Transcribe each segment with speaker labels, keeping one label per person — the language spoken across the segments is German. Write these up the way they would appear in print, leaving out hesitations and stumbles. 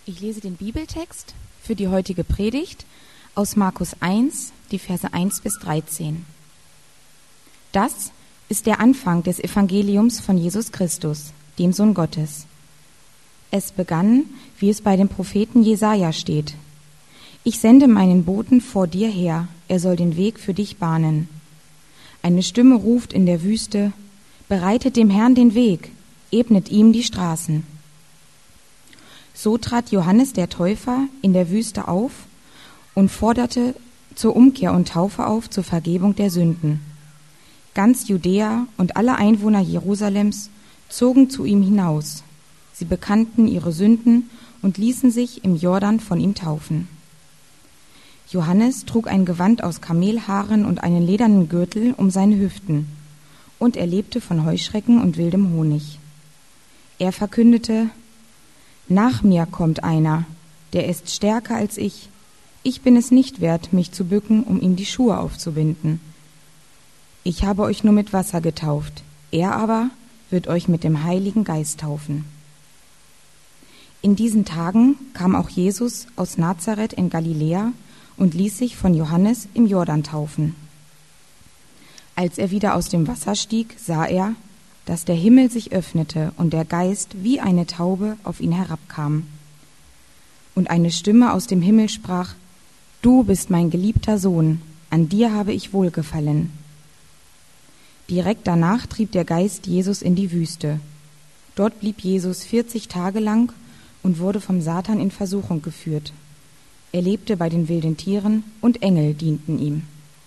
Speaker 1: Ich lese den Bibeltext für die heutige Predigt aus Markus 1, die Verse 1 bis 13. Das ist der Anfang des Evangeliums von Jesus Christus, dem Sohn Gottes. Es begann, wie es bei dem Propheten Jesaja steht: Ich sende meinen Boten vor dir her, er soll den Weg für dich bahnen. Eine Stimme ruft in der Wüste: Bereitet dem Herrn den Weg, ebnet ihm die Straßen. So trat Johannes der Täufer in der Wüste auf und forderte zur Umkehr und Taufe auf zur Vergebung der Sünden. Ganz Judäa und alle Einwohner Jerusalems zogen zu ihm hinaus. Sie bekannten ihre Sünden und ließen sich im Jordan von ihm taufen. Johannes trug ein Gewand aus Kamelhaaren und einen ledernen Gürtel um seine Hüften, und er lebte von Heuschrecken und wildem Honig. Er verkündete: Nach mir kommt einer, der ist stärker als ich. Ich bin es nicht wert, mich zu bücken, um ihm die Schuhe aufzubinden. Ich habe euch nur mit Wasser getauft, er aber wird euch mit dem Heiligen Geist taufen. In diesen Tagen kam auch Jesus aus Nazareth in Galiläa und ließ sich von Johannes im Jordan taufen. Als er wieder aus dem Wasser stieg, sah er, dass der Himmel sich öffnete und der Geist wie eine Taube auf ihn herabkam. Und eine Stimme aus dem Himmel sprach: Du bist mein geliebter Sohn, an dir habe ich wohlgefallen. Direkt danach trieb der Geist Jesus in die Wüste. Dort blieb Jesus 40 Tage lang und wurde vom Satan in Versuchung geführt. Er lebte bei den wilden Tieren und Engel dienten ihm.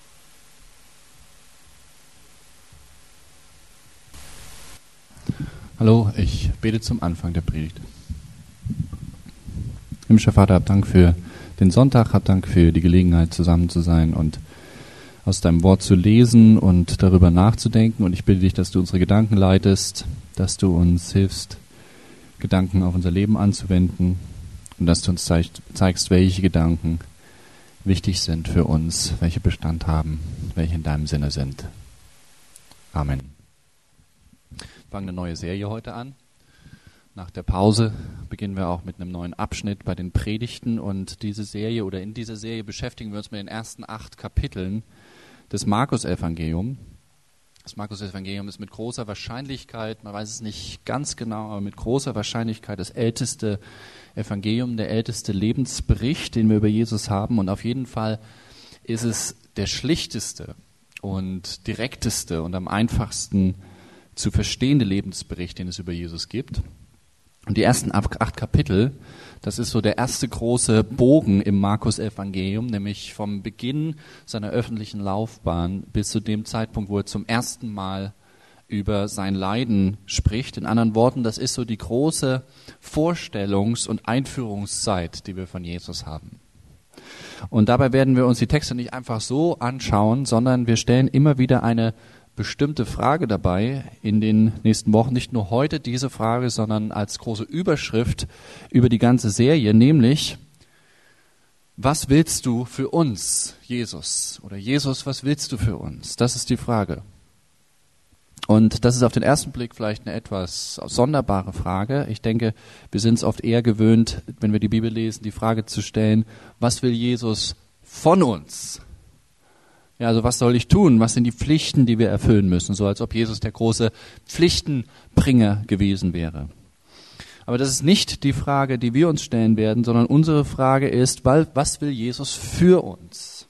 Speaker 2: Hallo, ich bete zum Anfang der Predigt. Himmlischer Vater, hab Dank für den Sonntag, hab Dank für die Gelegenheit, zusammen zu sein und aus deinem Wort zu lesen und darüber nachzudenken. Und ich bitte dich, dass du unsere Gedanken leitest, dass du uns hilfst, Gedanken auf unser Leben anzuwenden und dass du uns zeigst, welche Gedanken wichtig sind für uns, welche Bestand haben, welche in deinem Sinne sind. Amen. Wir fangen eine neue Serie heute an. Nach der Pause beginnen wir auch mit einem neuen Abschnitt bei den Predigten, und in dieser Serie beschäftigen wir uns mit den ersten 8 Kapiteln des Markus-Evangeliums. Das Markus-Evangelium ist mit großer Wahrscheinlichkeit, man weiß es nicht ganz genau, aber mit großer Wahrscheinlichkeit das älteste Evangelium, der älteste Lebensbericht, den wir über Jesus haben, und auf jeden Fall ist es der schlichteste und direkteste und am einfachsten zu verstehende Lebensbericht, den es über Jesus gibt. Und die ersten 8 Kapitel, das ist so der erste große Bogen im Markus-Evangelium, nämlich vom Beginn seiner öffentlichen Laufbahn bis zu dem Zeitpunkt, wo er zum ersten Mal über sein Leiden spricht. In anderen Worten, das ist so die große Vorstellungs- und Einführungszeit, die wir von Jesus haben. Und dabei werden wir uns die Texte nicht einfach so anschauen, sondern wir stellen immer wieder eine bestimmte Frage dabei in den nächsten Wochen, nicht nur heute diese Frage, sondern als große Überschrift über die ganze Serie, nämlich: Was willst du für uns, Jesus? Oder Jesus, was willst du für uns? Das ist die Frage. Und das ist auf den ersten Blick vielleicht eine etwas sonderbare Frage. Ich denke, wir sind es oft eher gewöhnt, wenn wir die Bibel lesen, die Frage zu stellen: Was will Jesus von uns? Ja, also was soll ich tun? Was sind die Pflichten, die wir erfüllen müssen? So als ob Jesus der große Pflichtenbringer gewesen wäre. Aber das ist nicht die Frage, die wir uns stellen werden, sondern unsere Frage ist: Was will Jesus für uns?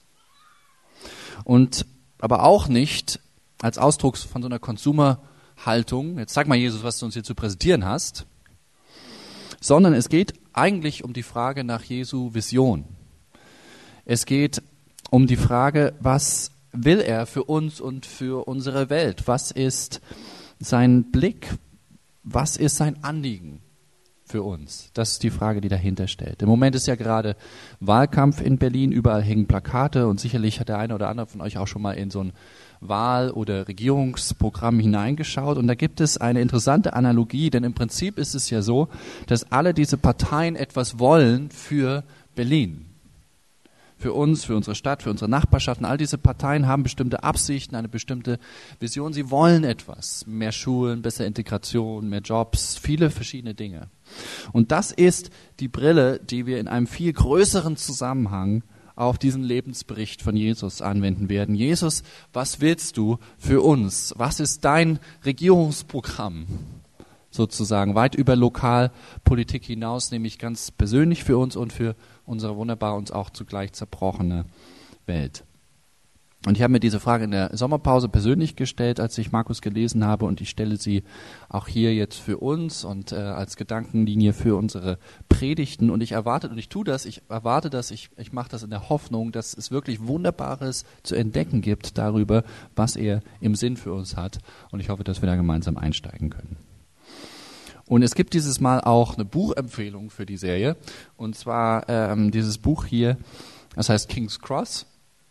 Speaker 2: Und aber auch nicht als Ausdruck von so einer Konsumerhaltung: Jetzt sag mal, Jesus, was du uns hier zu präsentieren hast. Sondern es geht eigentlich um die Frage nach Jesu Vision. Es geht um die Frage, was will er für uns und für unsere Welt? Was ist sein Blick? Was ist sein Anliegen für uns? Das ist die Frage, die dahinter steht. Im Moment ist ja gerade Wahlkampf in Berlin. Überall hängen Plakate, und sicherlich hat der eine oder andere von euch auch schon mal in so ein Wahl- oder Regierungsprogramm hineingeschaut. Und da gibt es eine interessante Analogie, denn im Prinzip ist es ja so, dass alle diese Parteien etwas wollen für Berlin. für uns, für unsere Stadt, für unsere Nachbarschaften. All diese Parteien haben bestimmte Absichten, eine bestimmte Vision. Sie wollen etwas. Mehr Schulen, bessere Integration, mehr Jobs, viele verschiedene Dinge. Und das ist die Brille, die wir in einem viel größeren Zusammenhang auf diesen Lebensbericht von Jesus anwenden werden. Jesus, was willst du für uns? Was ist dein Regierungsprogramm? Sozusagen weit über Lokalpolitik hinaus, nämlich ganz persönlich für uns und für unsere wunderbar uns auch zugleich zerbrochene Welt. Und ich habe mir diese Frage in der Sommerpause persönlich gestellt, als ich Markus gelesen habe, und ich stelle sie auch hier jetzt für uns und als Gedankenlinie für unsere Predigten. Und ich erwarte das, ich mache das in der Hoffnung, dass es wirklich Wunderbares zu entdecken gibt darüber, was er im Sinn für uns hat. Und ich hoffe, dass wir da gemeinsam einsteigen können. Und es gibt dieses Mal auch eine Buchempfehlung für die Serie. Und zwar dieses Buch hier, das heißt King's Cross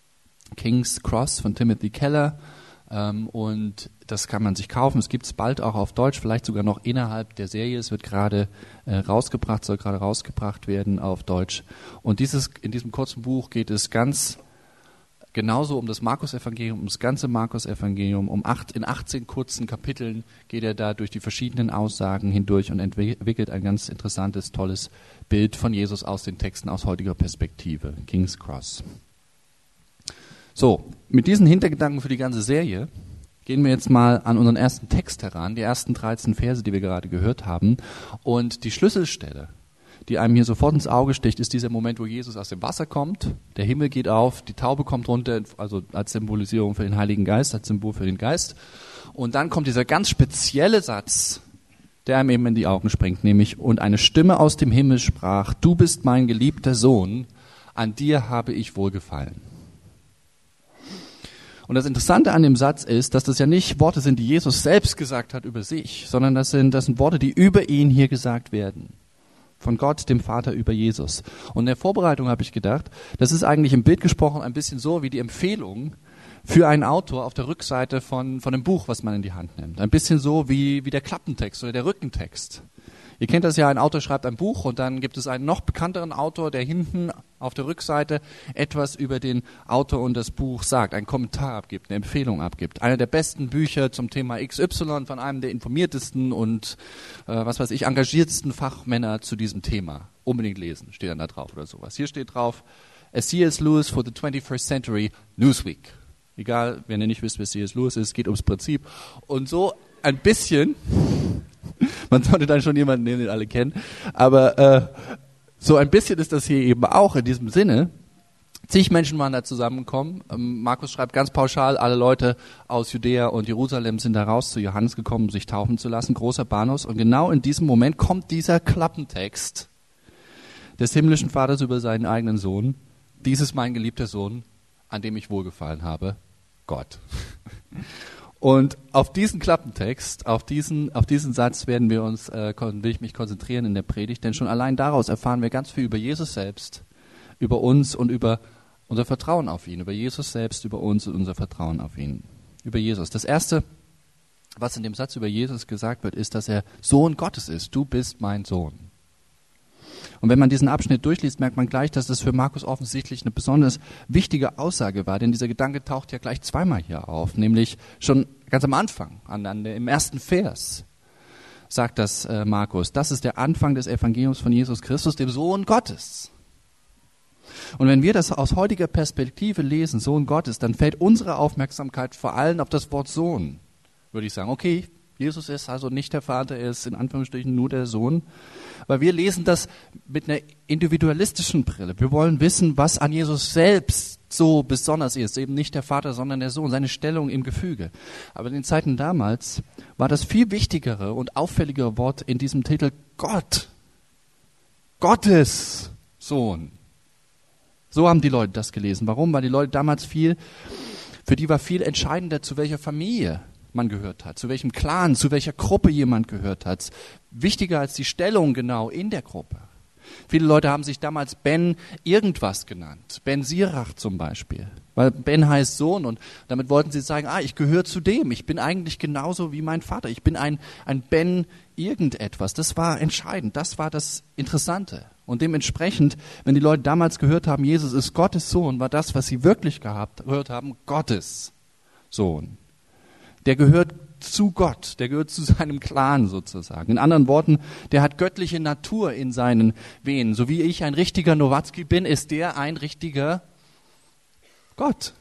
Speaker 2: von Timothy Keller. Und das kann man sich kaufen. Es gibt es bald auch auf Deutsch, vielleicht sogar noch innerhalb der Serie. Es wird gerade soll gerade rausgebracht werden auf Deutsch. Und in diesem kurzen Buch geht es ganz genauso um das Markus-Evangelium, um das ganze Markus-Evangelium. In 18 kurzen Kapiteln geht er da durch die verschiedenen Aussagen hindurch und entwickelt ein ganz interessantes, tolles Bild von Jesus aus den Texten aus heutiger Perspektive. King's Cross. So, mit diesen Hintergedanken für die ganze Serie gehen wir jetzt mal an unseren ersten Text heran, die ersten 13 Verse, die wir gerade gehört haben. Und die Schlüsselstelle, die einem hier sofort ins Auge sticht, ist dieser Moment, wo Jesus aus dem Wasser kommt, der Himmel geht auf, die Taube kommt runter, also als Symbolisierung für den Heiligen Geist, als Symbol für den Geist. Und dann kommt dieser ganz spezielle Satz, der einem eben in die Augen springt, nämlich: Und eine Stimme aus dem Himmel sprach: Du bist mein geliebter Sohn, an dir habe ich wohlgefallen. Und das Interessante an dem Satz ist, dass das ja nicht Worte sind, die Jesus selbst gesagt hat über sich, sondern das sind Worte, die über ihn hier gesagt werden. Von Gott, dem Vater, über Jesus. Und in der Vorbereitung habe ich gedacht, das ist eigentlich im Bild gesprochen ein bisschen so wie die Empfehlung für einen Autor auf der Rückseite von einem Buch, was man in die Hand nimmt. Ein bisschen so wie der Klappentext oder der Rückentext. Ihr kennt das ja, ein Autor schreibt ein Buch und dann gibt es einen noch bekannteren Autor, der hinten auf der Rückseite etwas über den Autor und das Buch sagt, einen Kommentar abgibt, eine Empfehlung abgibt. Einer der besten Bücher zum Thema XY von einem der informiertesten und engagiertesten Fachmänner zu diesem Thema. Unbedingt lesen, steht dann da drauf oder sowas. Hier steht drauf: C.S. Lewis for the 21st Century, Newsweek. Egal, wenn ihr nicht wisst, wer C.S. Lewis ist, geht ums Prinzip. Und so ein bisschen... Man sollte dann schon jemanden nehmen, den alle kennen. Aber so ein bisschen ist das hier eben auch in diesem Sinne. Zig Menschen waren da zusammengekommen. Markus schreibt ganz pauschal, alle Leute aus Judäa und Jerusalem sind da raus zu Johannes gekommen, um sich taufen zu lassen. Großer Banus. Und genau in diesem Moment kommt dieser Klappentext des himmlischen Vaters über seinen eigenen Sohn. Dies ist mein geliebter Sohn, an dem ich wohlgefallen habe. Gott. Und auf diesen Klappentext, auf diesen Satz will ich mich konzentrieren in der Predigt, denn schon allein daraus erfahren wir ganz viel über Jesus selbst, über uns und über unser Vertrauen auf ihn, über Jesus selbst, über uns und unser Vertrauen auf ihn, über Jesus. Das Erste, was in dem Satz über Jesus gesagt wird, ist, dass er Sohn Gottes ist. Du bist mein Sohn. Und wenn man diesen Abschnitt durchliest, merkt man gleich, dass das für Markus offensichtlich eine besonders wichtige Aussage war, denn dieser Gedanke taucht ja gleich zweimal hier auf, nämlich schon ganz am Anfang, im ersten Vers sagt das Markus. Das ist der Anfang des Evangeliums von Jesus Christus, dem Sohn Gottes. Und wenn wir das aus heutiger Perspektive lesen, Sohn Gottes, dann fällt unsere Aufmerksamkeit vor allem auf das Wort Sohn, würde ich sagen. Okay, Jesus ist also nicht der Vater, er ist in Anführungsstrichen nur der Sohn. Weil wir lesen das mit einer individualistischen Brille. Wir wollen wissen, was an Jesus selbst so besonders ist. Eben nicht der Vater, sondern der Sohn, seine Stellung im Gefüge. Aber in den Zeiten damals war das viel wichtigere und auffälligere Wort in diesem Titel Gott. Gottes Sohn. So haben die Leute das gelesen. Warum? Weil die Leute damals für die war viel entscheidender, zu welcher Familie man gehört hat, zu welchem Clan, zu welcher Gruppe jemand gehört hat. Wichtiger als die Stellung genau in der Gruppe. Viele Leute haben sich damals Ben irgendwas genannt. Ben Sirach zum Beispiel. Weil Ben heißt Sohn und damit wollten sie sagen, ich gehöre zu dem. Ich bin eigentlich genauso wie mein Vater. Ich bin ein Ben irgendetwas. Das war entscheidend. Das war das Interessante. Und dementsprechend, wenn die Leute damals gehört haben, Jesus ist Gottes Sohn, war das, was sie wirklich gehört haben, Gottes Sohn. Der gehört zu Gott, der gehört zu seinem Clan sozusagen. In anderen Worten, der hat göttliche Natur in seinen Venen. So wie ich ein richtiger Nowatzki bin, ist der ein richtiger Gott.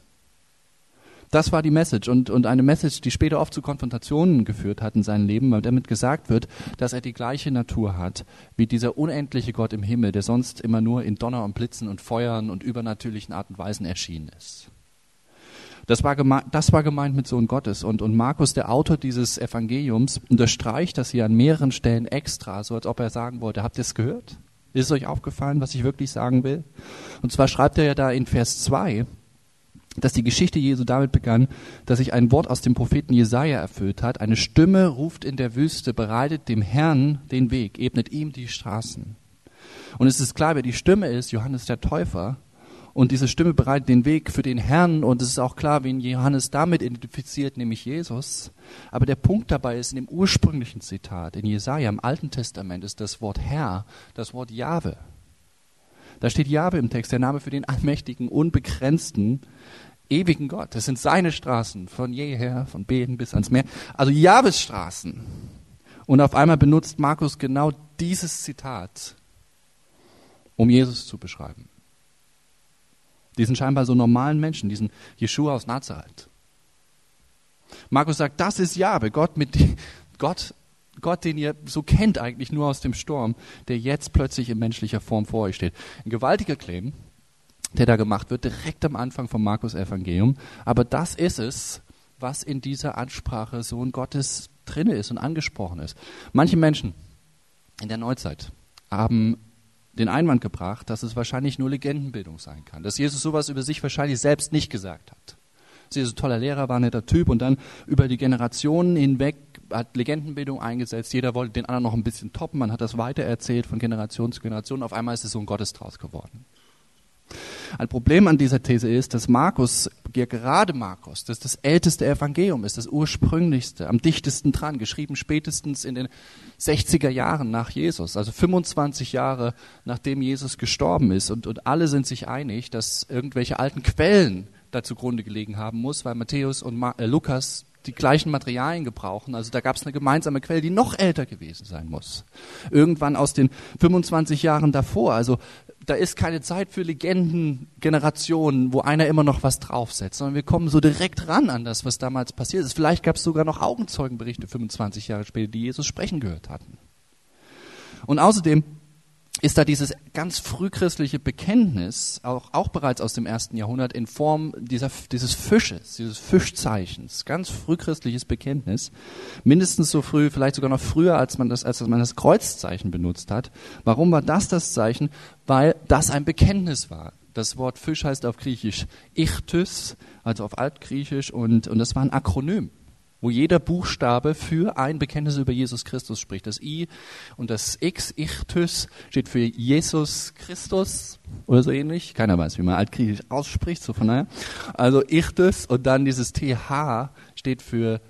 Speaker 2: Das war die Message und eine Message, die später oft zu Konfrontationen geführt hat in seinem Leben, weil damit gesagt wird, dass er die gleiche Natur hat wie dieser unendliche Gott im Himmel, der sonst immer nur in Donner und Blitzen und Feuern und übernatürlichen Art und Weisen erschienen ist. Das war gemeint mit Sohn Gottes. Und Markus, der Autor dieses Evangeliums, unterstreicht das hier an mehreren Stellen extra, so als ob er sagen wollte, habt ihr es gehört? Ist es euch aufgefallen, was ich wirklich sagen will? Und zwar schreibt er ja da in Vers 2, dass die Geschichte Jesu damit begann, dass sich ein Wort aus dem Propheten Jesaja erfüllt hat. Eine Stimme ruft in der Wüste, bereitet dem Herrn den Weg, ebnet ihm die Straßen. Und es ist klar, wer die Stimme ist, Johannes der Täufer. Und diese Stimme bereitet den Weg für den Herrn und es ist auch klar, wen Johannes damit identifiziert, nämlich Jesus. Aber der Punkt dabei ist, in dem ursprünglichen Zitat, in Jesaja im Alten Testament, ist das Wort Herr, das Wort Jahwe. Da steht Jahwe im Text, der Name für den allmächtigen, unbegrenzten, ewigen Gott. Das sind seine Straßen, von jeher, von Beden bis ans Meer. Also Jahwes Straßen. Und auf einmal benutzt Markus genau dieses Zitat, um Jesus zu beschreiben. Diesen scheinbar so normalen Menschen, diesen Jeschua aus Nazareth. Markus sagt, das ist Jahwe, Gott, den ihr so kennt eigentlich nur aus dem Sturm, der jetzt plötzlich in menschlicher Form vor euch steht. Ein gewaltiger Claim, der da gemacht wird, direkt am Anfang vom Markus-Evangelium. Aber das ist es, was in dieser Ansprache Sohn Gottes drin ist und angesprochen ist. Manche Menschen in der Neuzeit haben den Einwand gebracht, dass es wahrscheinlich nur Legendenbildung sein kann, dass Jesus sowas über sich wahrscheinlich selbst nicht gesagt hat. Dass Jesus ein toller Lehrer war, ein netter Typ und dann über die Generationen hinweg hat Legendenbildung eingesetzt, jeder wollte den anderen noch ein bisschen toppen, man hat das weitererzählt von Generation zu Generation, auf einmal ist es so ein Gottes draus geworden. Ein Problem an dieser These ist, dass Markus, ja gerade Markus, das älteste Evangelium ist, das ursprünglichste, am dichtesten dran, geschrieben spätestens in den 60er Jahren nach Jesus, also 25 Jahre nachdem Jesus gestorben ist. Und alle sind sich einig, dass irgendwelche alten Quellen da zugrunde gelegen haben muss, weil Matthäus und Lukas die gleichen Materialien gebrauchen. Also da gab es eine gemeinsame Quelle, die noch älter gewesen sein muss. Irgendwann aus den 25 Jahren davor, also da ist keine Zeit für Legendengenerationen, wo einer immer noch was draufsetzt, sondern wir kommen so direkt ran an das, was damals passiert ist. Vielleicht gab es sogar noch Augenzeugenberichte 25 Jahre später, die Jesus sprechen gehört hatten. Und außerdem ist da dieses ganz frühchristliche Bekenntnis, auch bereits aus dem 1. Jahrhundert, in Form dieses Fisches, dieses Fischzeichens, ganz frühchristliches Bekenntnis, mindestens so früh, vielleicht sogar noch früher, als man das Kreuzzeichen benutzt hat. Warum war das Zeichen? Weil das ein Bekenntnis war. Das Wort Fisch heißt auf Griechisch Ichthys, also auf Altgriechisch, und das war ein Akronym, wo jeder Buchstabe für ein Bekenntnis über Jesus Christus spricht. Das I und das X, Ichthys, steht für Jesus Christus oder so ähnlich. Keiner weiß, wie man altgriechisch ausspricht, so von daher. Also Ichthys und dann dieses TH steht für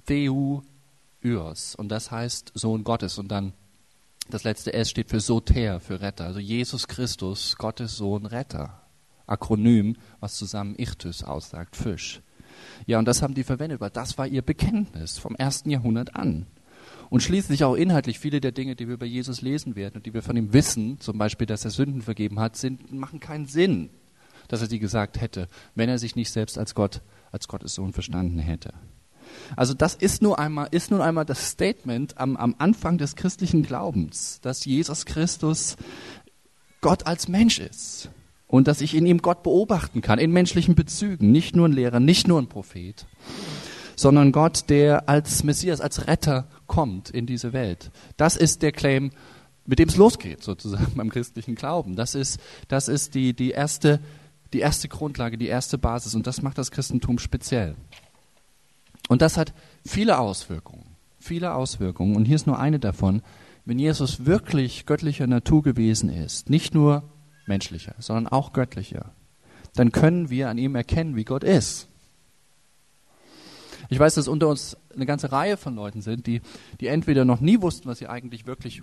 Speaker 2: Theouios und das heißt Sohn Gottes und dann das letzte S steht für Soter, für Retter. Also Jesus Christus, Gottes Sohn, Retter. Akronym, was zusammen Ichthys aussagt, Fisch. Ja, und das haben die verwendet, weil das war ihr Bekenntnis vom 1. Jahrhundert an. Und schließlich auch inhaltlich viele der Dinge, die wir über Jesus lesen werden und die wir von ihm wissen, zum Beispiel, dass er Sünden vergeben hat, machen keinen Sinn, dass er sie gesagt hätte, wenn er sich nicht selbst als Gottes Sohn verstanden hätte. Also das ist nun einmal das Statement am Anfang des christlichen Glaubens, dass Jesus Christus Gott als Mensch ist. Und dass ich in ihm Gott beobachten kann, in menschlichen Bezügen. Nicht nur ein Lehrer, nicht nur ein Prophet, sondern Gott, der als Messias, als Retter kommt in diese Welt. Das ist der Claim, mit dem es losgeht, sozusagen beim christlichen Glauben. Das ist die erste Grundlage, die erste Basis. Und das macht das Christentum speziell. Und das hat viele Auswirkungen. Und hier ist nur eine davon. Wenn Jesus wirklich göttlicher Natur gewesen ist, nicht nur menschlicher, sondern auch göttlicher, dann können wir an ihm erkennen, wie Gott ist. Ich weiß, dass unter uns eine ganze Reihe von Leuten sind, die entweder noch nie wussten, was sie eigentlich wirklich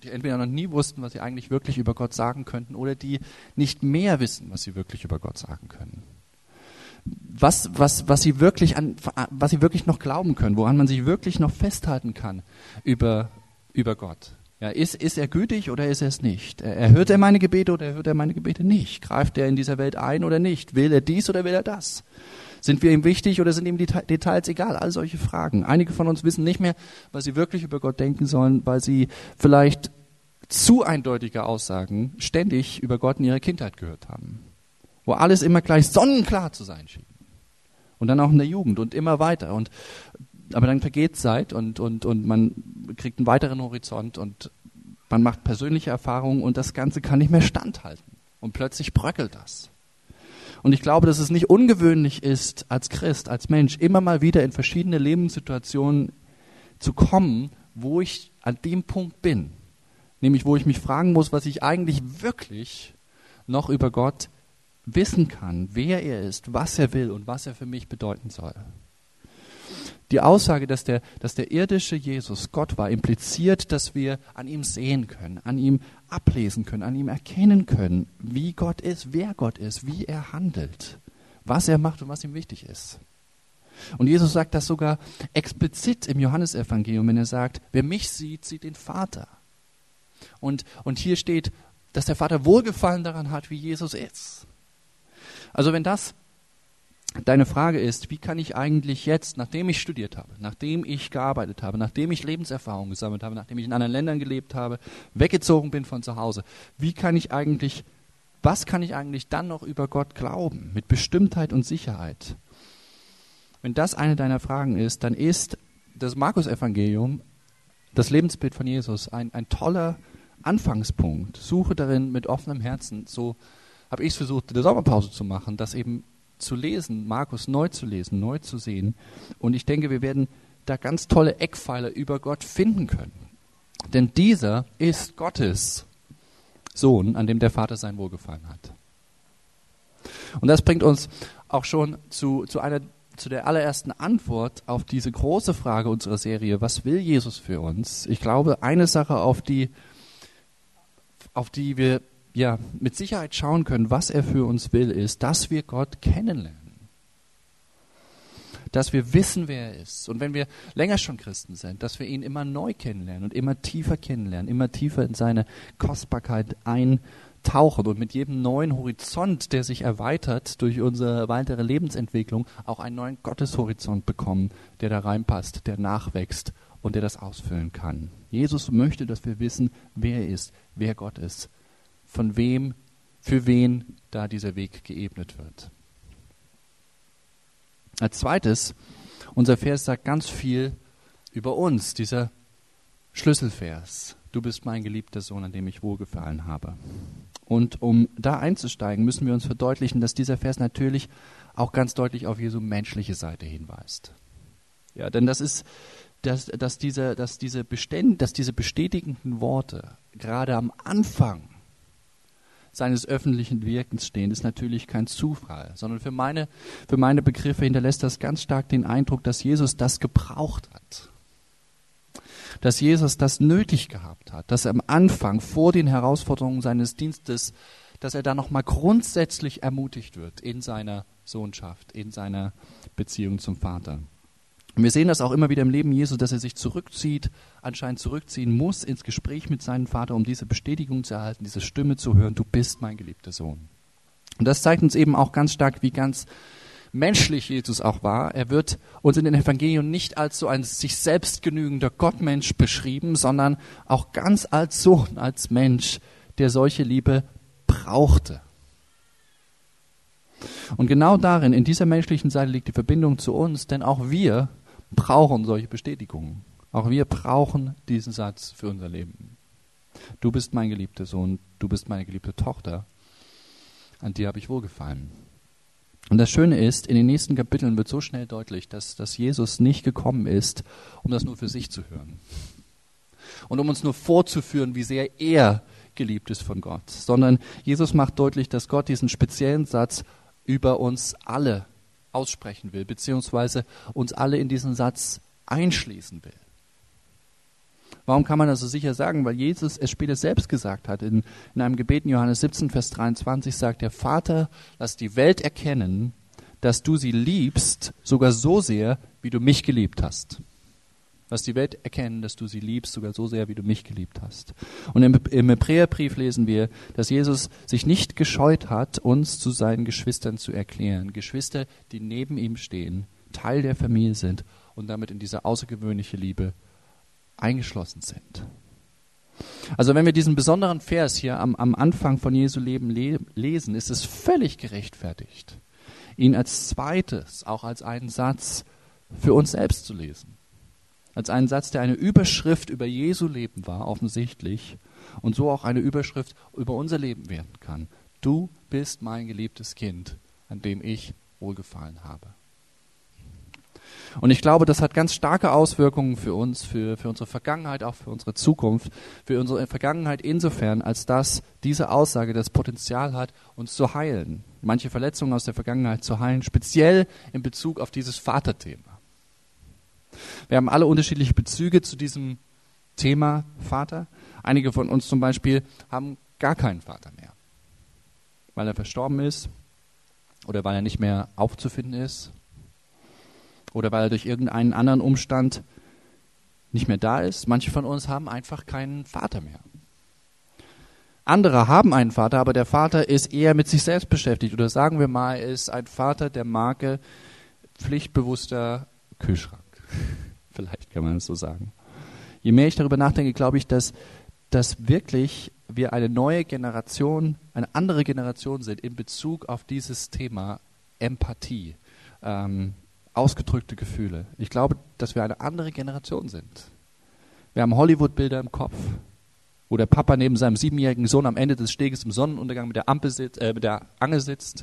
Speaker 2: über Gott sagen könnten, oder die nicht mehr wissen, was sie wirklich über Gott sagen können. Was sie wirklich noch glauben können, woran man sich wirklich noch festhalten kann über Gott. Ja, ist er gütig oder ist er es nicht? Hört er meine Gebete oder hört er meine Gebete nicht? Greift er in dieser Welt ein oder nicht? Will er dies oder will er das? Sind wir ihm wichtig oder sind ihm die Details egal? All solche Fragen. Einige von uns wissen nicht mehr, was sie wirklich über Gott denken sollen, weil sie vielleicht zu eindeutige Aussagen ständig über Gott in ihrer Kindheit gehört haben. Wo alles immer gleich sonnenklar zu sein schien. Und dann auch in der Jugend und immer weiter. Aber dann vergeht Zeit und man kriegt einen weiteren Horizont und man macht persönliche Erfahrungen und das Ganze kann nicht mehr standhalten. Und plötzlich bröckelt das. Und ich glaube, dass es nicht ungewöhnlich ist, als Christ, als Mensch, immer mal wieder in verschiedene Lebenssituationen zu kommen, wo ich an dem Punkt bin. Nämlich, wo ich mich fragen muss, was ich eigentlich wirklich noch über Gott wissen kann, wer er ist, was er will und was er für mich bedeuten soll. Die Aussage, dass der irdische Jesus Gott war, impliziert, dass wir an ihm sehen können, an ihm ablesen können, an ihm erkennen können, wie Gott ist, wer Gott ist, wie er handelt, was er macht und was ihm wichtig ist. Und Jesus sagt das sogar explizit im Johannesevangelium, wenn er sagt, wer mich sieht, sieht den Vater. Und hier steht, dass der Vater Wohlgefallen daran hat, wie Jesus ist. Also wenn das deine Frage ist, wie kann ich eigentlich jetzt, nachdem ich studiert habe, nachdem ich gearbeitet habe, nachdem ich Lebenserfahrung gesammelt habe, nachdem ich in anderen Ländern gelebt habe, weggezogen bin von zu Hause, was kann ich eigentlich dann noch über Gott glauben, mit Bestimmtheit und Sicherheit? Wenn das eine deiner Fragen ist, dann ist das Markus-Evangelium, das Lebensbild von Jesus, ein toller Anfangspunkt. Suche darin mit offenem Herzen, so habe ich es versucht, in der Sommerpause zu machen, das eben zu lesen, Markus neu zu lesen, neu zu sehen. Und ich denke, wir werden da ganz tolle Eckpfeiler über Gott finden können. Denn dieser ist Gottes Sohn, an dem der Vater sein Wohlgefallen hat. Und das bringt uns auch schon zu der allerersten Antwort auf diese große Frage unserer Serie, was will Jesus für uns? Ich glaube, eine Sache, auf die wir mit Sicherheit schauen können, was er für uns will, ist, dass wir Gott kennenlernen. Dass wir wissen, wer er ist. Und wenn wir länger schon Christen sind, dass wir ihn immer neu kennenlernen und immer tiefer kennenlernen, immer tiefer in seine Kostbarkeit eintauchen und mit jedem neuen Horizont, der sich erweitert durch unsere weitere Lebensentwicklung, auch einen neuen Gotteshorizont bekommen, der da reinpasst, der nachwächst und der das ausfüllen kann. Jesus möchte, dass wir wissen, wer er ist, wer Gott ist. Von wem, für wen da dieser Weg geebnet wird. Als zweites, unser Vers sagt ganz viel über uns, dieser Schlüsselvers. Du bist mein geliebter Sohn, an dem ich wohlgefallen habe. Und um da einzusteigen, müssen wir uns verdeutlichen, dass dieser Vers natürlich auch ganz deutlich auf Jesu menschliche Seite hinweist. Ja, denn dass diese bestätigenden Worte gerade am Anfang seines öffentlichen Wirkens stehen, ist natürlich kein Zufall, sondern für meine Begriffe hinterlässt das ganz stark den Eindruck, dass Jesus das gebraucht hat. Dass Jesus das nötig gehabt hat, dass er am Anfang vor den Herausforderungen seines Dienstes, dass er da nochmal grundsätzlich ermutigt wird in seiner Sohnschaft, in seiner Beziehung zum Vater. Und wir sehen das auch immer wieder im Leben Jesu, dass er sich anscheinend zurückziehen muss ins Gespräch mit seinem Vater, um diese Bestätigung zu erhalten, diese Stimme zu hören, du bist mein geliebter Sohn. Und das zeigt uns eben auch ganz stark, wie ganz menschlich Jesus auch war. Er wird uns in den Evangelien nicht als so ein sich selbst genügender Gottmensch beschrieben, sondern auch ganz als Sohn, als Mensch, der solche Liebe brauchte. Und genau darin, in dieser menschlichen Seite liegt die Verbindung zu uns, denn auch wir brauchen solche Bestätigungen. Auch wir brauchen diesen Satz für unser Leben. Du bist mein geliebter Sohn, du bist meine geliebte Tochter, an dir habe ich wohlgefallen. Und das Schöne ist, in den nächsten Kapiteln wird so schnell deutlich, dass Jesus nicht gekommen ist, um das nur für sich zu hören. Und um uns nur vorzuführen, wie sehr er geliebt ist von Gott. Sondern Jesus macht deutlich, dass Gott diesen speziellen Satz über uns alle aussprechen will, beziehungsweise uns alle in diesen Satz einschließen will. Warum kann man das so sicher sagen? Weil Jesus es später selbst gesagt hat. In einem Gebet in Johannes 17, Vers 23 sagt der Vater, lass die Welt erkennen, dass du sie liebst, sogar so sehr, wie du mich geliebt hast. Lass die Welt erkennen, dass du sie liebst, sogar so sehr, wie du mich geliebt hast. Und im Hebräerbrief lesen wir, dass Jesus sich nicht gescheut hat, uns zu seinen Geschwistern zu erklären. Geschwister, die neben ihm stehen, Teil der Familie sind und damit in diese außergewöhnliche Liebe eingeschlossen sind. Also wenn wir diesen besonderen Vers hier am Anfang von Jesu Leben lesen, ist es völlig gerechtfertigt, ihn als zweites, auch als einen Satz für uns selbst zu lesen. Als einen Satz, der eine Überschrift über Jesu Leben war, offensichtlich, und so auch eine Überschrift über unser Leben werden kann. Du bist mein geliebtes Kind, an dem ich wohlgefallen habe. Und ich glaube, das hat ganz starke Auswirkungen für uns, für unsere Vergangenheit, auch für unsere Zukunft, für unsere Vergangenheit insofern, als dass diese Aussage das Potenzial hat, uns zu heilen, manche Verletzungen aus der Vergangenheit zu heilen, speziell in Bezug auf dieses Vaterthema. Wir haben alle unterschiedliche Bezüge zu diesem Thema Vater. Einige von uns zum Beispiel haben gar keinen Vater mehr, weil er verstorben ist oder weil er nicht mehr aufzufinden ist oder weil er durch irgendeinen anderen Umstand nicht mehr da ist. Manche von uns haben einfach keinen Vater mehr. Andere haben einen Vater, aber der Vater ist eher mit sich selbst beschäftigt. Oder sagen wir mal, er ist ein Vater der Marke pflichtbewusster Kühlschrank. Vielleicht kann man es so sagen. Je mehr ich darüber nachdenke, glaube ich, dass wirklich wir eine neue Generation, eine andere Generation sind in Bezug auf dieses Thema Empathie, ausgedrückte Gefühle. Ich glaube, dass wir eine andere Generation sind. Wir haben Hollywood-Bilder im Kopf, wo der Papa neben seinem 7-jährigen Sohn am Ende des Steges im Sonnenuntergang mit der Angel sitzt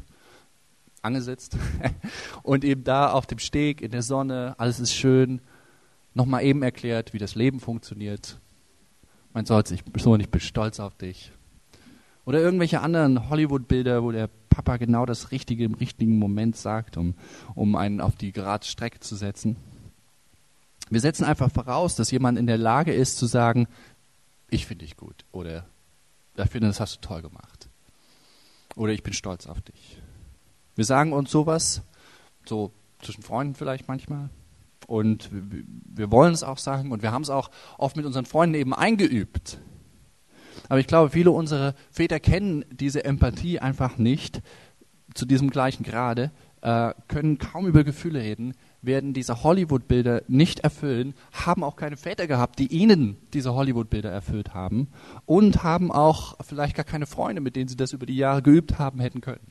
Speaker 2: und eben da auf dem Steg in der Sonne, alles ist schön, nochmal eben erklärt, wie das Leben funktioniert. Mein Sohn, ich bin stolz auf dich. Oder irgendwelche anderen Hollywood-Bilder, wo der Papa genau das Richtige im richtigen Moment sagt, um einen auf die gerade Strecke zu setzen. Wir setzen einfach voraus, dass jemand in der Lage ist zu sagen, ich finde dich gut oder ich finde, das hast du toll gemacht oder ich bin stolz auf dich. Wir sagen uns sowas, so zwischen Freunden vielleicht manchmal, und wir wollen es auch sagen und wir haben es auch oft mit unseren Freunden eben eingeübt. Aber ich glaube, viele unserer Väter kennen diese Empathie einfach nicht zu diesem gleichen Grade, können kaum über Gefühle reden, werden diese Hollywood-Bilder nicht erfüllen, haben auch keine Väter gehabt, die ihnen diese Hollywood-Bilder erfüllt haben und haben auch vielleicht gar keine Freunde, mit denen sie das über die Jahre geübt haben hätten können.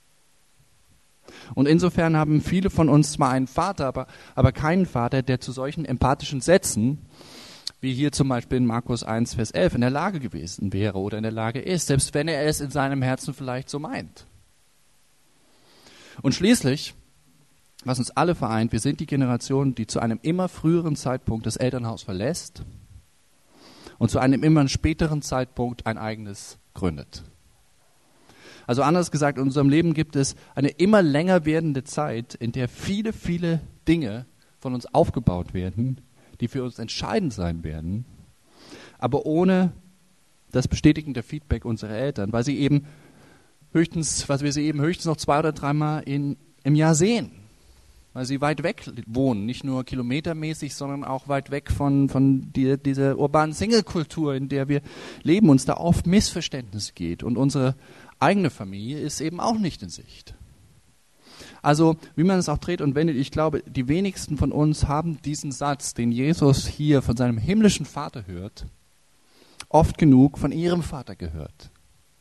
Speaker 2: Und insofern haben viele von uns zwar einen Vater, aber keinen Vater, der zu solchen empathischen Sätzen, wie hier zum Beispiel in Markus 1, Vers 11, in der Lage gewesen wäre oder in der Lage ist, selbst wenn er es in seinem Herzen vielleicht so meint. Und schließlich, was uns alle vereint, wir sind die Generation, die zu einem immer früheren Zeitpunkt das Elternhaus verlässt und zu einem immer späteren Zeitpunkt ein eigenes gründet. Also anders gesagt, in unserem Leben gibt es eine immer länger werdende Zeit, in der viele, viele Dinge von uns aufgebaut werden, die für uns entscheidend sein werden, aber ohne das bestätigende Feedback unserer Eltern, weil wir sie eben höchstens noch 2 oder 3 Mal im Jahr sehen, weil sie weit weg wohnen, nicht nur kilometermäßig, sondern auch weit weg von dieser urbanen Single-Kultur, in der wir leben, uns da oft Missverständnis geht und unsere eigene Familie ist eben auch nicht in Sicht. Also, wie man es auch dreht und wendet, ich glaube, die wenigsten von uns haben diesen Satz, den Jesus hier von seinem himmlischen Vater hört, oft genug von ihrem Vater gehört.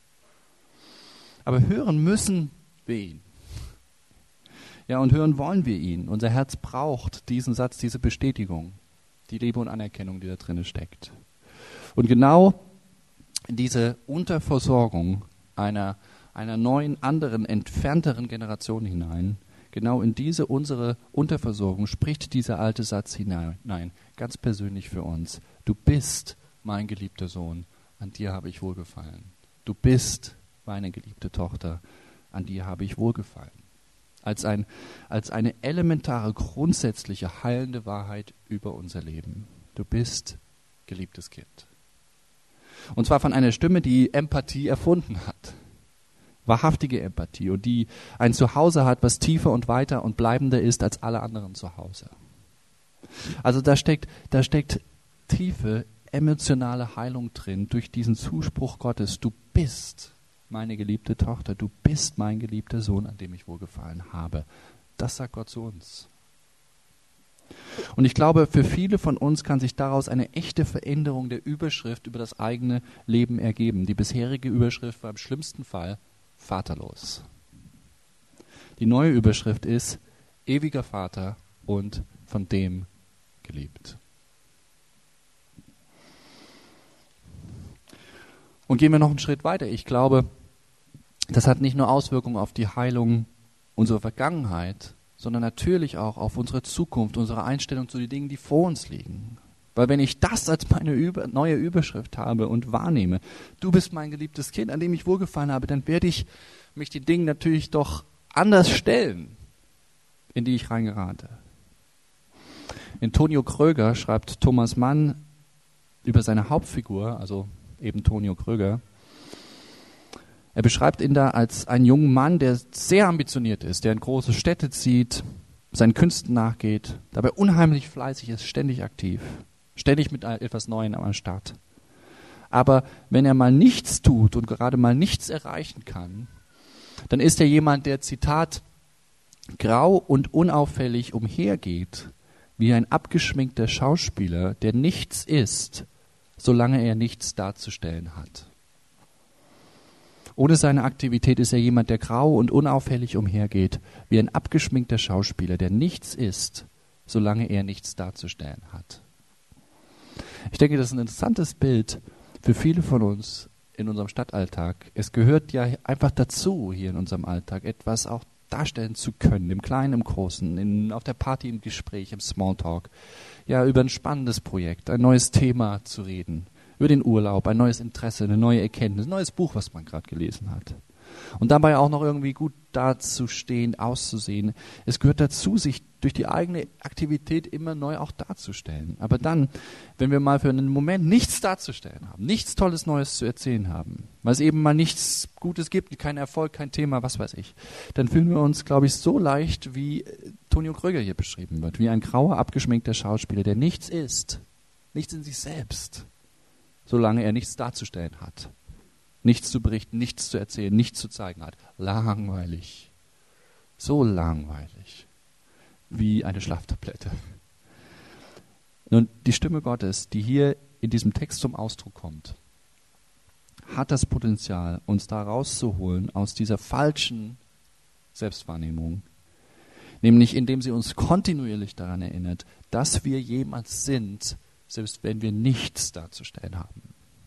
Speaker 2: Aber hören müssen wir ihn. Ja, und hören wollen wir ihn. Unser Herz braucht diesen Satz, diese Bestätigung, die Liebe und Anerkennung, die da drin steckt. Und genau diese Unterversorgung einer neuen, anderen, entfernteren Generation hinein, genau in diese unsere Unterversorgung spricht dieser alte Satz hinein, ganz persönlich für uns. Du bist mein geliebter Sohn, an dir habe ich wohlgefallen. Du bist meine geliebte Tochter, an dir habe ich wohlgefallen. als eine elementare, grundsätzliche, heilende Wahrheit über unser Leben. Du bist geliebtes Kind. Und zwar von einer Stimme, die Empathie erfunden hat. Wahrhaftige Empathie und die ein Zuhause hat, was tiefer und weiter und bleibender ist als alle anderen Zuhause. Also da steckt tiefe emotionale Heilung drin durch diesen Zuspruch Gottes. Du bist meine geliebte Tochter, du bist mein geliebter Sohn, an dem ich wohlgefallen habe. Das sagt Gott zu uns. Und ich glaube, für viele von uns kann sich daraus eine echte Veränderung der Überschrift über das eigene Leben ergeben. Die bisherige Überschrift war im schlimmsten Fall vaterlos. Die neue Überschrift ist ewiger Vater und von dem geliebt. Und gehen wir noch einen Schritt weiter. Ich glaube, das hat nicht nur Auswirkungen auf die Heilung unserer Vergangenheit, sondern natürlich auch auf unsere Zukunft, unsere Einstellung zu den Dingen, die vor uns liegen. Weil wenn ich das als meine neue Überschrift habe und wahrnehme, du bist mein geliebtes Kind, an dem ich wohlgefallen habe, dann werde ich mich den Dingen natürlich doch anders stellen, in die ich reingerate. In Tonio Kröger schreibt Thomas Mann über seine Hauptfigur, also eben Tonio Kröger. Er beschreibt ihn da als einen jungen Mann, der sehr ambitioniert ist, der in große Städte zieht, seinen Künsten nachgeht, dabei unheimlich fleißig ist, ständig aktiv, ständig mit etwas Neuem am Start. Aber wenn er mal nichts tut und gerade mal nichts erreichen kann, dann ist er jemand, der, Zitat, grau und unauffällig umhergeht, wie ein abgeschminkter Schauspieler, der nichts ist, solange er nichts darzustellen hat. Ohne seine Aktivität ist er jemand, der grau und unauffällig umhergeht, wie ein abgeschminkter Schauspieler, der nichts ist, solange er nichts darzustellen hat. Ich denke, das ist ein interessantes Bild für viele von uns in unserem Stadtalltag. Es gehört ja einfach dazu, hier in unserem Alltag etwas auch darstellen zu können, im Kleinen, im Großen, auf der Party, im Gespräch, im Smalltalk, ja, über ein spannendes Projekt, ein neues Thema zu reden, über den Urlaub, ein neues Interesse, eine neue Erkenntnis, ein neues Buch, was man gerade gelesen hat. Und dabei auch noch irgendwie gut dazustehen, auszusehen. Es gehört dazu, sich durch die eigene Aktivität immer neu auch darzustellen. Aber dann, wenn wir mal für einen Moment nichts darzustellen haben, nichts Tolles Neues zu erzählen haben, weil es eben mal nichts Gutes gibt, kein Erfolg, kein Thema, was weiß ich, dann fühlen wir uns, glaube ich, so leicht, wie Tonio Kröger hier beschrieben wird, wie ein grauer, abgeschminkter Schauspieler, der nichts ist, nichts in sich selbst, solange er nichts darzustellen hat. Nichts zu berichten, nichts zu erzählen, nichts zu zeigen hat. Langweilig. So langweilig. Wie eine Schlaftablette. Nun, die Stimme Gottes, die hier in diesem Text zum Ausdruck kommt, hat das Potenzial, uns da rauszuholen aus dieser falschen Selbstwahrnehmung. Nämlich indem sie uns kontinuierlich daran erinnert, dass wir jemand sind, selbst wenn wir nichts darzustellen haben.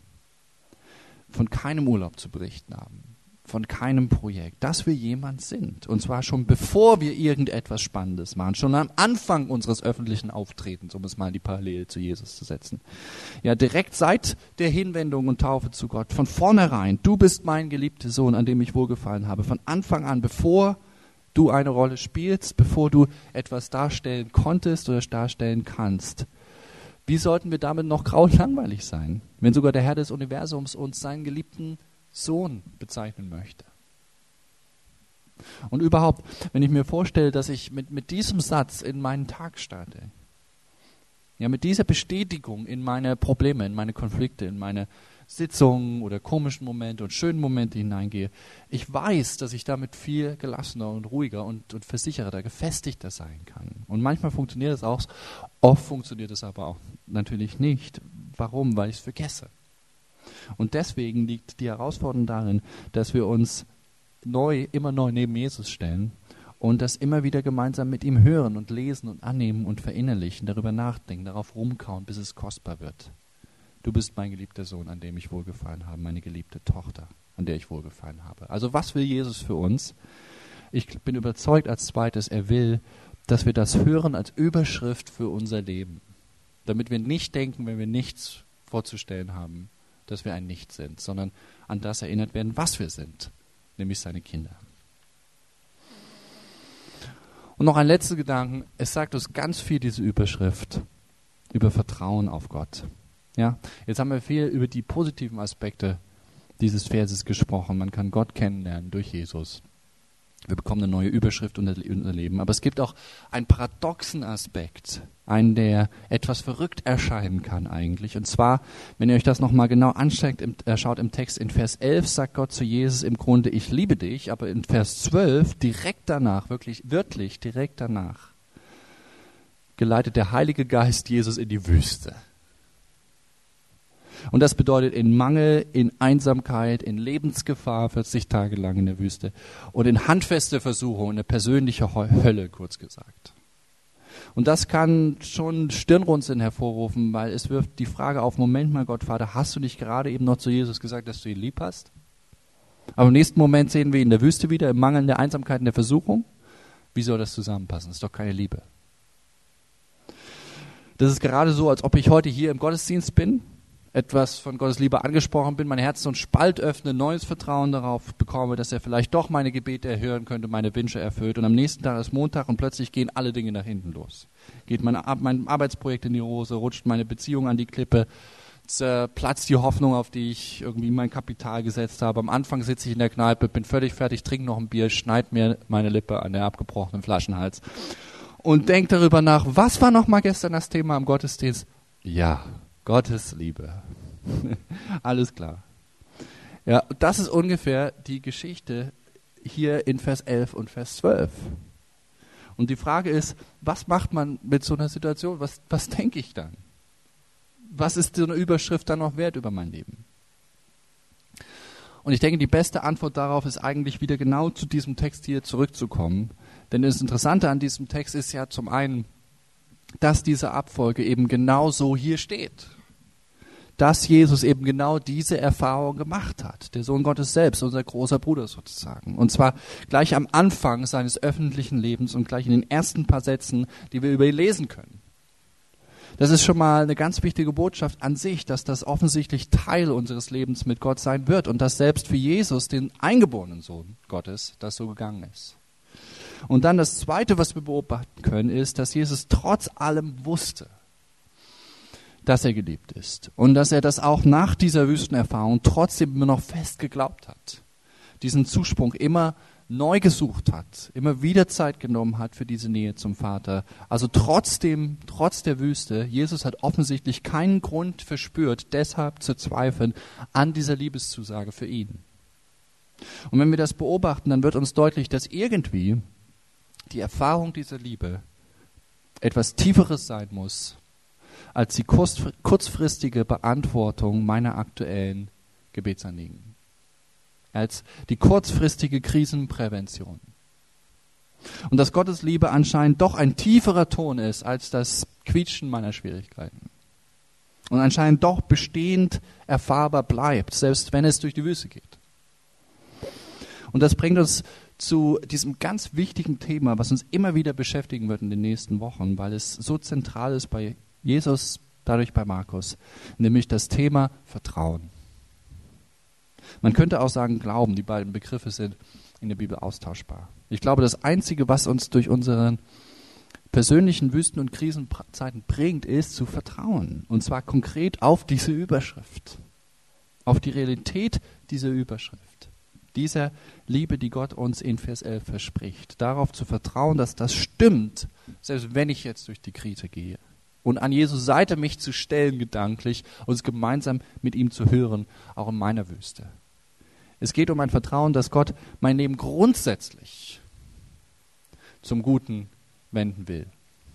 Speaker 2: Von keinem Urlaub zu berichten haben, von keinem Projekt, dass wir jemand sind. Und zwar schon bevor wir irgendetwas Spannendes machen, schon am Anfang unseres öffentlichen Auftretens, um es mal in die Parallele zu Jesus zu setzen. Ja, direkt seit der Hinwendung und Taufe zu Gott, von vornherein, du bist mein geliebter Sohn, an dem ich wohlgefallen habe. Von Anfang an, bevor du eine Rolle spielst, bevor du etwas darstellen konntest oder darstellen kannst. Wie sollten wir damit noch grau und langweilig sein, wenn sogar der Herr des Universums uns seinen geliebten Sohn bezeichnen möchte? Und überhaupt, wenn ich mir vorstelle, dass ich mit diesem Satz in meinen Tag starte, ja, mit dieser Bestätigung in meine Probleme, in meine Konflikte, in meine Sitzungen oder komischen Momente und schönen Momente hineingehe, ich weiß, dass ich damit viel gelassener und ruhiger und versicherter, gefestigter sein kann. Und manchmal funktioniert es auch, oft funktioniert es aber auch natürlich nicht. Warum? Weil ich es vergesse. Und deswegen liegt die Herausforderung darin, dass wir uns immer neu neben Jesus stellen und das immer wieder gemeinsam mit ihm hören und lesen und annehmen und verinnerlichen, darüber nachdenken, darauf rumkauen, bis es kostbar wird. Du bist mein geliebter Sohn, an dem ich wohlgefallen habe, meine geliebte Tochter, an der ich wohlgefallen habe. Also was will Jesus für uns? Ich bin überzeugt als zweites, er will, dass wir das hören als Überschrift für unser Leben. Damit wir nicht denken, wenn wir nichts vorzustellen haben, dass wir ein Nichts sind, sondern an das erinnert werden, was wir sind, nämlich seine Kinder. Und noch ein letzter Gedanken. Es sagt uns ganz viel, diese Überschrift, über Vertrauen auf Gott. Ja, jetzt haben wir viel über die positiven Aspekte dieses Verses gesprochen. Man kann Gott kennenlernen durch Jesus. Wir bekommen eine neue Überschrift und erleben. Aber es gibt auch einen paradoxen Aspekt, einen, der etwas verrückt erscheinen kann eigentlich. Und zwar, wenn ihr euch das nochmal genau schaut im Text, in Vers 11 sagt Gott zu Jesus im Grunde, ich liebe dich, aber in Vers 12, direkt danach, wirklich wörtlich direkt danach, geleitet der Heilige Geist Jesus in die Wüste. Und das bedeutet in Mangel, in Einsamkeit, in Lebensgefahr, 40 Tage lang in der Wüste und in handfeste Versuchung, in eine persönliche Hölle, kurz gesagt. Und das kann schon Stirnrunzeln hervorrufen, weil es wirft die Frage auf, Moment mal Gott, Vater, hast du nicht gerade eben noch zu Jesus gesagt, dass du ihn lieb hast? Aber im nächsten Moment sehen wir ihn in der Wüste wieder, im Mangel, in der Einsamkeit, in der Versuchung. Wie soll das zusammenpassen? Das ist doch keine Liebe. Das ist gerade so, als ob ich heute hier im Gottesdienst bin, etwas von Gottes Liebe angesprochen bin, mein Herz so einen Spalt öffne, neues Vertrauen darauf bekomme, dass er vielleicht doch meine Gebete erhören könnte, meine Wünsche erfüllt. Und am nächsten Tag ist Montag und plötzlich gehen alle Dinge nach hinten los. Geht mein Arbeitsprojekt in die Hose, rutscht meine Beziehung an die Klippe, platzt die Hoffnung, auf die ich irgendwie mein Kapital gesetzt habe. Am Anfang sitze ich in der Kneipe, bin völlig fertig, trinke noch ein Bier, schneid mir meine Lippe an der abgebrochenen Flaschenhals und denke darüber nach, was war noch mal gestern das Thema am Gottesdienst? Ja, Gottes Liebe. Alles klar. Ja, das ist ungefähr die Geschichte hier in Vers 11 und Vers 12. Und die Frage ist, was macht man mit so einer Situation? Was denke ich dann? Was ist so eine Überschrift dann noch wert über mein Leben? Und ich denke, die beste Antwort darauf ist eigentlich wieder genau zu diesem Text hier zurückzukommen. Denn das Interessante an diesem Text ist ja zum einen, dass diese Abfolge eben genau so hier steht. Dass Jesus eben genau diese Erfahrung gemacht hat. Der Sohn Gottes selbst, unser großer Bruder sozusagen. Und zwar gleich am Anfang seines öffentlichen Lebens und gleich in den ersten paar Sätzen, die wir über ihn lesen können. Das ist schon mal eine ganz wichtige Botschaft an sich, dass das offensichtlich Teil unseres Lebens mit Gott sein wird und dass selbst für Jesus, den eingeborenen Sohn Gottes, das so gegangen ist. Und dann das Zweite, was wir beobachten können, ist, dass Jesus trotz allem wusste, dass er geliebt ist und dass er das auch nach dieser Wüstenerfahrung trotzdem immer noch fest geglaubt hat, diesen Zusprung immer neu gesucht hat, immer wieder Zeit genommen hat für diese Nähe zum Vater. Also trotz der Wüste, Jesus hat offensichtlich keinen Grund verspürt, deshalb zu zweifeln an dieser Liebeszusage für ihn. Und wenn wir das beobachten, dann wird uns deutlich, dass irgendwie die Erfahrung dieser Liebe etwas Tieferes sein muss, als die kurzfristige Beantwortung meiner aktuellen Gebetsanliegen. Als die kurzfristige Krisenprävention. Und dass Gottes Liebe anscheinend doch ein tieferer Ton ist als das Quietschen meiner Schwierigkeiten. Und anscheinend doch bestehend erfahrbar bleibt, selbst wenn es durch die Wüste geht. Und das bringt uns zu diesem ganz wichtigen Thema, was uns immer wieder beschäftigen wird in den nächsten Wochen, weil es so zentral ist bei Jesus, dadurch bei Markus, nämlich das Thema Vertrauen. Man könnte auch sagen Glauben, die beiden Begriffe sind in der Bibel austauschbar. Ich glaube, das Einzige, was uns durch unsere persönlichen Wüsten- und Krisenzeiten prägt, ist zu vertrauen. Und zwar konkret auf diese Überschrift, auf die Realität dieser Überschrift. Dieser Liebe, die Gott uns in Vers 11 verspricht, darauf zu vertrauen, dass das stimmt, selbst wenn ich jetzt durch die Krise gehe. Und an Jesus Seite mich zu stellen, gedanklich, uns gemeinsam mit ihm zu hören, auch in meiner Wüste. Es geht um ein Vertrauen, dass Gott mein Leben grundsätzlich zum Guten wenden will.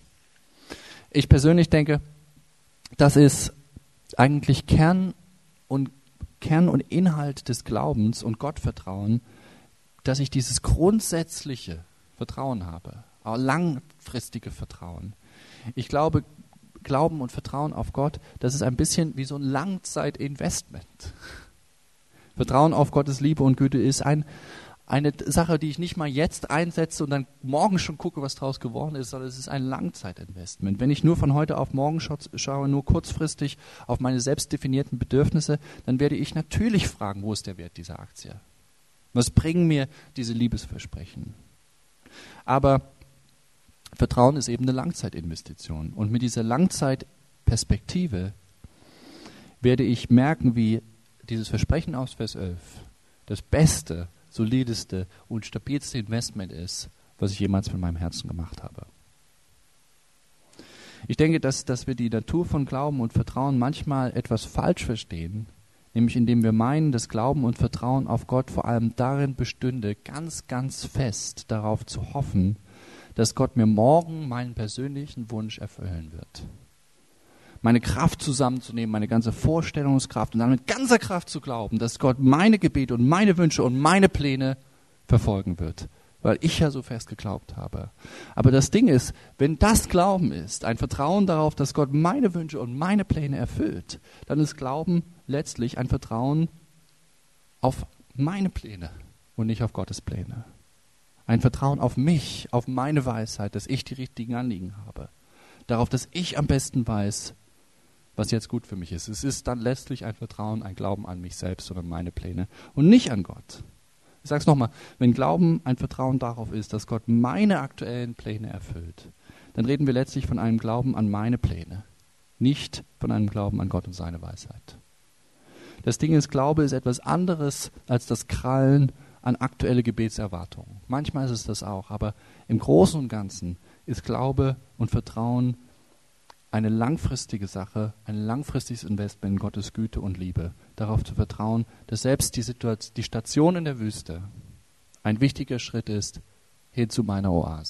Speaker 2: Ich persönlich denke, das ist eigentlich Kern und Inhalt des Glaubens und Gottvertrauen, dass ich dieses grundsätzliche Vertrauen habe, auch langfristige Vertrauen. Ich glaube, Glauben und Vertrauen auf Gott, das ist ein bisschen wie so ein Langzeitinvestment. Vertrauen auf Gottes Liebe und Güte ist eine Sache, die ich nicht mal jetzt einsetze und dann morgen schon gucke, was daraus geworden ist, sondern es ist ein Langzeitinvestment. Wenn ich nur von heute auf morgen schaue, nur kurzfristig auf meine selbst definierten Bedürfnisse, dann werde ich natürlich fragen, wo ist der Wert dieser Aktie? Was bringen mir diese Liebesversprechen? Aber Vertrauen ist eben eine Langzeitinvestition. Und mit dieser Langzeitperspektive werde ich merken, wie dieses Versprechen aus Vers 11 das beste, solideste und stabilste Investment ist, was ich jemals mit meinem Herzen gemacht habe. Ich denke, dass wir die Natur von Glauben und Vertrauen manchmal etwas falsch verstehen, nämlich indem wir meinen, dass Glauben und Vertrauen auf Gott vor allem darin bestünde, ganz, ganz fest darauf zu hoffen, dass Gott mir morgen meinen persönlichen Wunsch erfüllen wird. Meine Kraft zusammenzunehmen, meine ganze Vorstellungskraft und dann mit ganzer Kraft zu glauben, dass Gott meine Gebete und meine Wünsche und meine Pläne verfolgen wird, weil ich ja so fest geglaubt habe. Aber das Ding ist, wenn das Glauben ist, ein Vertrauen darauf, dass Gott meine Wünsche und meine Pläne erfüllt, dann ist Glauben letztlich ein Vertrauen auf meine Pläne und nicht auf Gottes Pläne. Ein Vertrauen auf mich, auf meine Weisheit, dass ich die richtigen Anliegen habe. Darauf, dass ich am besten weiß, was jetzt gut für mich ist. Es ist dann letztlich ein Vertrauen, ein Glauben an mich selbst und an meine Pläne und nicht an Gott. Ich sage es nochmal, wenn Glauben ein Vertrauen darauf ist, dass Gott meine aktuellen Pläne erfüllt, dann reden wir letztlich von einem Glauben an meine Pläne, nicht von einem Glauben an Gott und seine Weisheit. Das Ding ist, Glaube ist etwas anderes als das Krallen an aktuelle Gebetserwartungen. Manchmal ist es das auch, aber im Großen und Ganzen ist Glaube und Vertrauen eine langfristige Sache, ein langfristiges Investment in Gottes Güte und Liebe. Darauf zu vertrauen, dass selbst die Station in der Wüste ein wichtiger Schritt ist hin zu meiner Oase.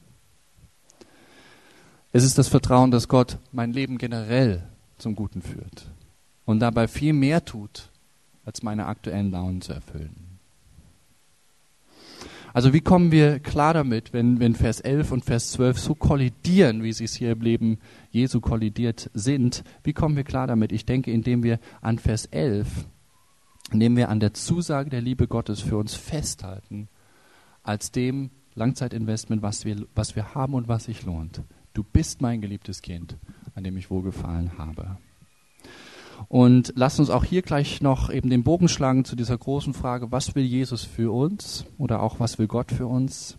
Speaker 2: Es ist das Vertrauen, dass Gott mein Leben generell zum Guten führt und dabei viel mehr tut, als meine aktuellen Launen zu erfüllen. Also wie kommen wir klar damit, wenn Vers 11 und Vers 12 so kollidieren, wie sie es hier im Leben Jesu kollidiert sind? Wie kommen wir klar damit? Ich denke, indem wir an Vers 11, indem wir an der Zusage der Liebe Gottes für uns festhalten, als dem Langzeitinvestment, was wir haben und was sich lohnt. Du bist mein geliebtes Kind, an dem ich wohlgefallen habe. Und lasst uns auch hier gleich noch eben den Bogen schlagen zu dieser großen Frage, was will Jesus für uns oder auch was will Gott für uns?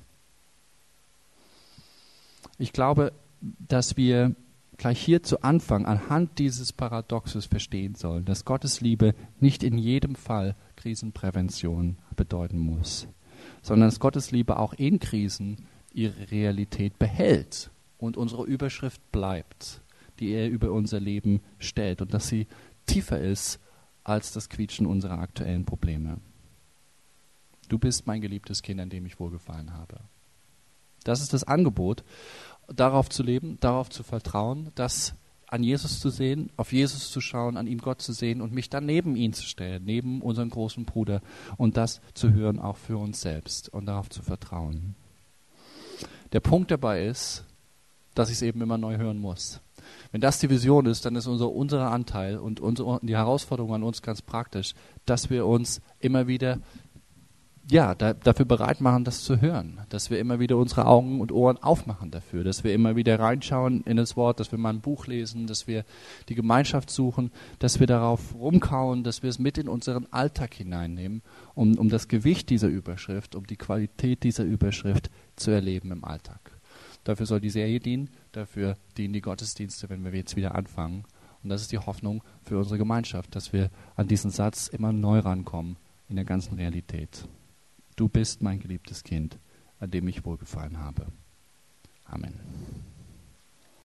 Speaker 2: Ich glaube, dass wir gleich hier zu Anfang anhand dieses Paradoxes verstehen sollen, dass Gottes Liebe nicht in jedem Fall Krisenprävention bedeuten muss, sondern dass Gottes Liebe auch in Krisen ihre Realität behält und unsere Überschrift bleibt, die er über unser Leben stellt und dass sie tiefer ist als das Quietschen unserer aktuellen Probleme. Du bist mein geliebtes Kind, an dem ich wohlgefallen habe. Das ist das Angebot, darauf zu leben, darauf zu vertrauen, das an Jesus zu sehen, auf Jesus zu schauen, an ihm Gott zu sehen und mich dann neben ihn zu stellen, neben unseren großen Bruder und das zu hören auch für uns selbst und darauf zu vertrauen. Der Punkt dabei ist, dass ich es eben immer neu hören muss. Wenn das die Vision ist, dann ist unser Anteil und die Herausforderung an uns ganz praktisch, dass wir uns immer wieder dafür bereit machen, das zu hören. Dass wir immer wieder unsere Augen und Ohren aufmachen dafür. Dass wir immer wieder reinschauen in das Wort, dass wir mal ein Buch lesen, dass wir die Gemeinschaft suchen, dass wir darauf rumkauen, dass wir es mit in unseren Alltag hineinnehmen, um das Gewicht dieser Überschrift, um die Qualität dieser Überschrift zu erleben im Alltag. Dafür soll die Serie dienen, dafür dienen die Gottesdienste, wenn wir jetzt wieder anfangen. Und das ist die Hoffnung für unsere Gemeinschaft, dass wir an diesen Satz immer neu rankommen in der ganzen Realität. Du bist mein geliebtes Kind, an dem ich wohlgefallen habe. Amen.